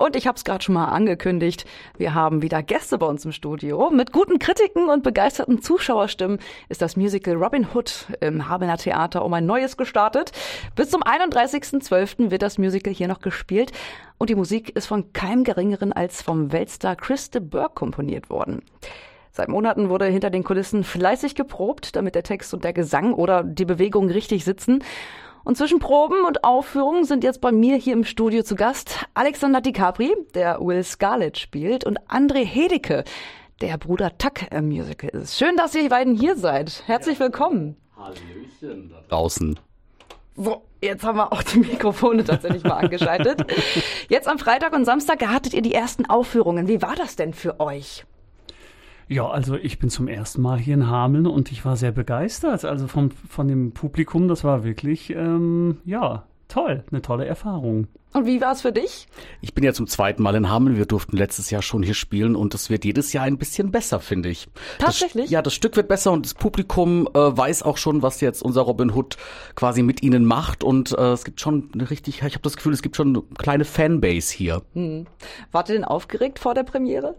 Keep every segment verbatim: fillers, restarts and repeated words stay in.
Und ich habe es gerade schon mal angekündigt, wir haben wieder Gäste bei uns im Studio. Mit guten Kritiken und begeisterten Zuschauerstimmen ist das Musical Robin Hood im Hamelner Theater um ein neues gestartet. Bis zum einunddreißigsten zwölften wird das Musical hier noch gespielt. Und die Musik ist von keinem Geringeren als vom Weltstar Chris de Burgh komponiert worden. Seit Monaten wurde hinter den Kulissen fleißig geprobt, damit der Text und der Gesang oder die Bewegung richtig sitzen. Und zwischen Proben und Aufführungen sind jetzt bei mir hier im Studio zu Gast Alexander DiCapri, der Will Scarlet spielt, und André Hedeke, der Bruder Tuck im Musical ist. Schön, dass ihr beiden hier seid. Herzlich willkommen. Hallöchen da draußen. So, jetzt haben wir auch die Mikrofone tatsächlich mal angeschaltet. Jetzt am Freitag und Samstag hattet ihr die ersten Aufführungen. Wie war das denn für euch? Ja, also ich bin zum ersten Mal hier in Hameln und ich war sehr begeistert. Also vom, von dem Publikum, das war wirklich, ähm, ja, toll, eine tolle Erfahrung. Und wie war es für dich? Ich bin ja zum zweiten Mal in Hameln. Wir durften letztes Jahr schon hier spielen und es wird jedes Jahr ein bisschen besser, finde ich. Tatsächlich? Das, ja, das Stück wird besser und das Publikum äh, weiß auch schon, was jetzt unser Robin Hood quasi mit ihnen macht. Und äh, es gibt schon eine richtig, ich habe das Gefühl, es gibt schon eine kleine Fanbase hier. Hm. Wart ihr denn aufgeregt vor der Premiere?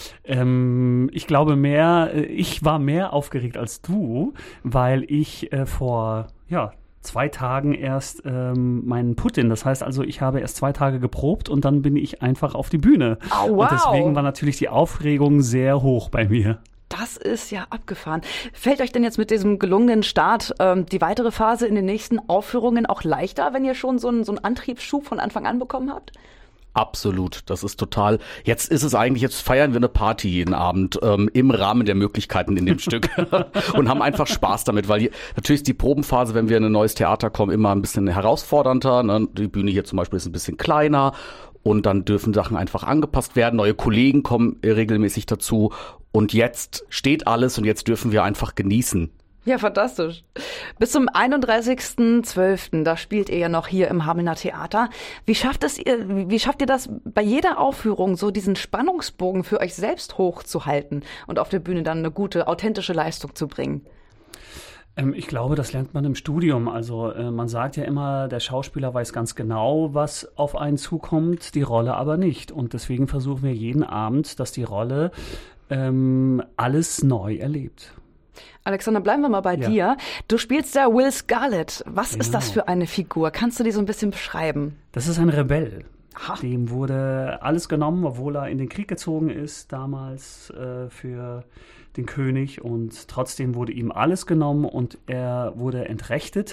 Ähm, ich glaube mehr, ich war mehr aufgeregt als du, weil ich äh, vor, ja, zwei Tagen erst ähm, meinen Put-in. Das heißt also, ich habe erst zwei Tage geprobt und dann bin ich einfach auf die Bühne. Oh, wow. Und deswegen war natürlich die Aufregung sehr hoch bei mir. Das ist ja abgefahren. Fällt euch denn jetzt mit diesem gelungenen Start ähm, die weitere Phase in den nächsten Aufführungen auch leichter, wenn ihr schon so einen, so einen Antriebsschub von Anfang an bekommen habt? Absolut, das ist total, jetzt ist es eigentlich, jetzt feiern wir eine Party jeden Abend ähm, im Rahmen der Möglichkeiten in dem Stück und haben einfach Spaß damit, weil die, natürlich ist die Probenphase, wenn wir in ein neues Theater kommen, immer ein bisschen herausfordernder, ne? Die Bühne hier zum Beispiel ist ein bisschen kleiner und dann dürfen Sachen einfach angepasst werden, neue Kollegen kommen regelmäßig dazu und jetzt steht alles und jetzt dürfen wir einfach genießen. Ja, fantastisch. Bis zum einunddreißigsten zwölften, da spielt ihr ja noch hier im Hamelner Theater. Wie schafft es ihr, wie schafft ihr das bei jeder Aufführung, so diesen Spannungsbogen für euch selbst hochzuhalten und auf der Bühne dann eine gute, authentische Leistung zu bringen? Ähm, ich glaube, das lernt man im Studium. Also äh, man sagt ja immer, der Schauspieler weiß ganz genau, was auf einen zukommt, die Rolle aber nicht. Und deswegen versuchen wir jeden Abend, dass die Rolle ähm, alles neu erlebt. Alexander, bleiben wir mal bei ja. dir. Du spielst da Will Scarlet. Was genau. ist das für eine Figur? Kannst du die so ein bisschen beschreiben? Das ist ein Rebell. Aha. Dem wurde alles genommen, obwohl er in den Krieg gezogen ist, damals äh, für den König. Und trotzdem wurde ihm alles genommen und er wurde entrechtet.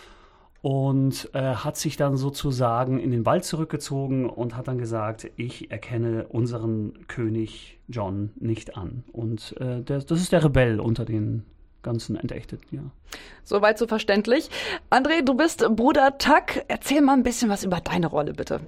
Und äh, hat sich dann sozusagen in den Wald zurückgezogen und hat dann gesagt, ich erkenne unseren König John nicht an. Und äh, der, das ist der Rebell unter den ganzen Entechteten, ja. Soweit so verständlich. André, du bist Bruder Tuck. Erzähl mal ein bisschen was über deine Rolle, bitte.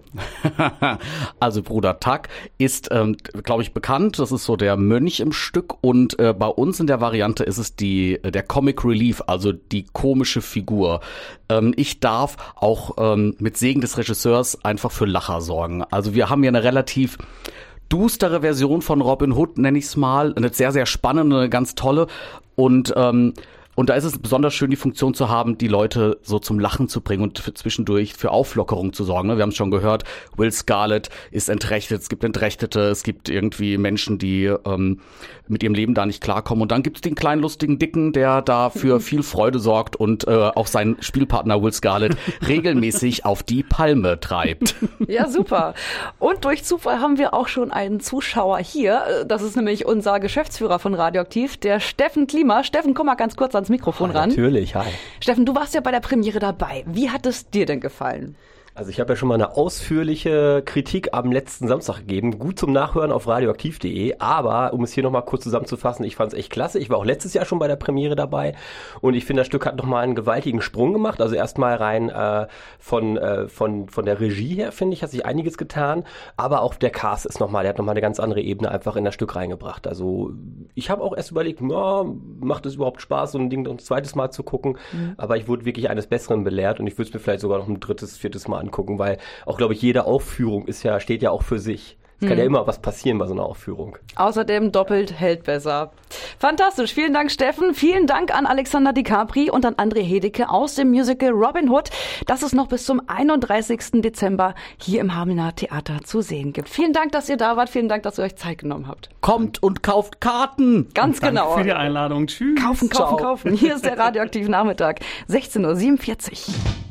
Also Bruder Tuck ist, ähm, glaube ich, bekannt. Das ist so der Mönch im Stück. Und äh, bei uns in der Variante ist es die der Comic Relief, also die komische Figur. Ähm, ich darf auch ähm, mit Segen des Regisseurs einfach für Lacher sorgen. Also wir haben ja eine relativ düstere Version von Robin Hood, nenne ich es mal. Eine sehr, sehr spannende, eine ganz tolle. Und ähm, und da ist es besonders schön, die Funktion zu haben, die Leute so zum Lachen zu bringen und für zwischendurch für Auflockerung zu sorgen. Wir haben es schon gehört, Will Scarlet ist entrechtet, es gibt Entrechtete, es gibt irgendwie Menschen, die ähm, mit ihrem Leben da nicht klarkommen. Und dann gibt es den kleinen, lustigen Dicken, der da für viel Freude sorgt und äh, auch seinen Spielpartner Will Scarlet regelmäßig auf die Palme treibt. Ja, super. Und durch Zufall haben wir auch schon einen Zuschauer hier. Das ist nämlich unser Geschäftsführer von Radioaktiv, der Steffen Klima. Steffen, komm mal ganz kurz ans Mikrofon ran. Natürlich, hi. Steffen, du warst ja bei der Premiere dabei. Wie hat es dir denn gefallen? Also ich habe ja schon mal eine ausführliche Kritik am letzten Samstag gegeben. Gut zum Nachhören auf radioaktiv punkt de. Aber um es hier nochmal kurz zusammenzufassen, ich fand es echt klasse. Ich war auch letztes Jahr schon bei der Premiere dabei. Und ich finde, das Stück hat nochmal einen gewaltigen Sprung gemacht. Also erstmal rein äh, von, äh, von, von der Regie her, finde ich, hat sich einiges getan. Aber auch der Cast ist nochmal, der hat nochmal eine ganz andere Ebene einfach in das Stück reingebracht. Also ich habe auch erst überlegt, ja, macht es überhaupt Spaß, so ein Ding noch ein zweites Mal zu gucken. Mhm. Aber ich wurde wirklich eines Besseren belehrt. Und ich würde es mir vielleicht sogar noch ein drittes, viertes Mal angucken, weil auch, glaube ich, jede Aufführung ist ja, steht ja auch für sich. Es kann ja immer was passieren bei so einer Aufführung. Außerdem doppelt hält besser. Fantastisch. Vielen Dank, Steffen. Vielen Dank an Alexander Di Capri und an André Hedeke aus dem Musical Robin Hood, das es noch bis zum einunddreißigsten Dezember hier im Hamelner Theater zu sehen gibt. Vielen Dank, dass ihr da wart. Vielen Dank, dass ihr euch Zeit genommen habt. Kommt und kauft Karten. Ganz Danke genau. für die Einladung. Tschüss. Kaufen, kaufen, Ciao. kaufen. Hier ist der Radioaktive Nachmittag. sechzehn Uhr siebenundvierzig.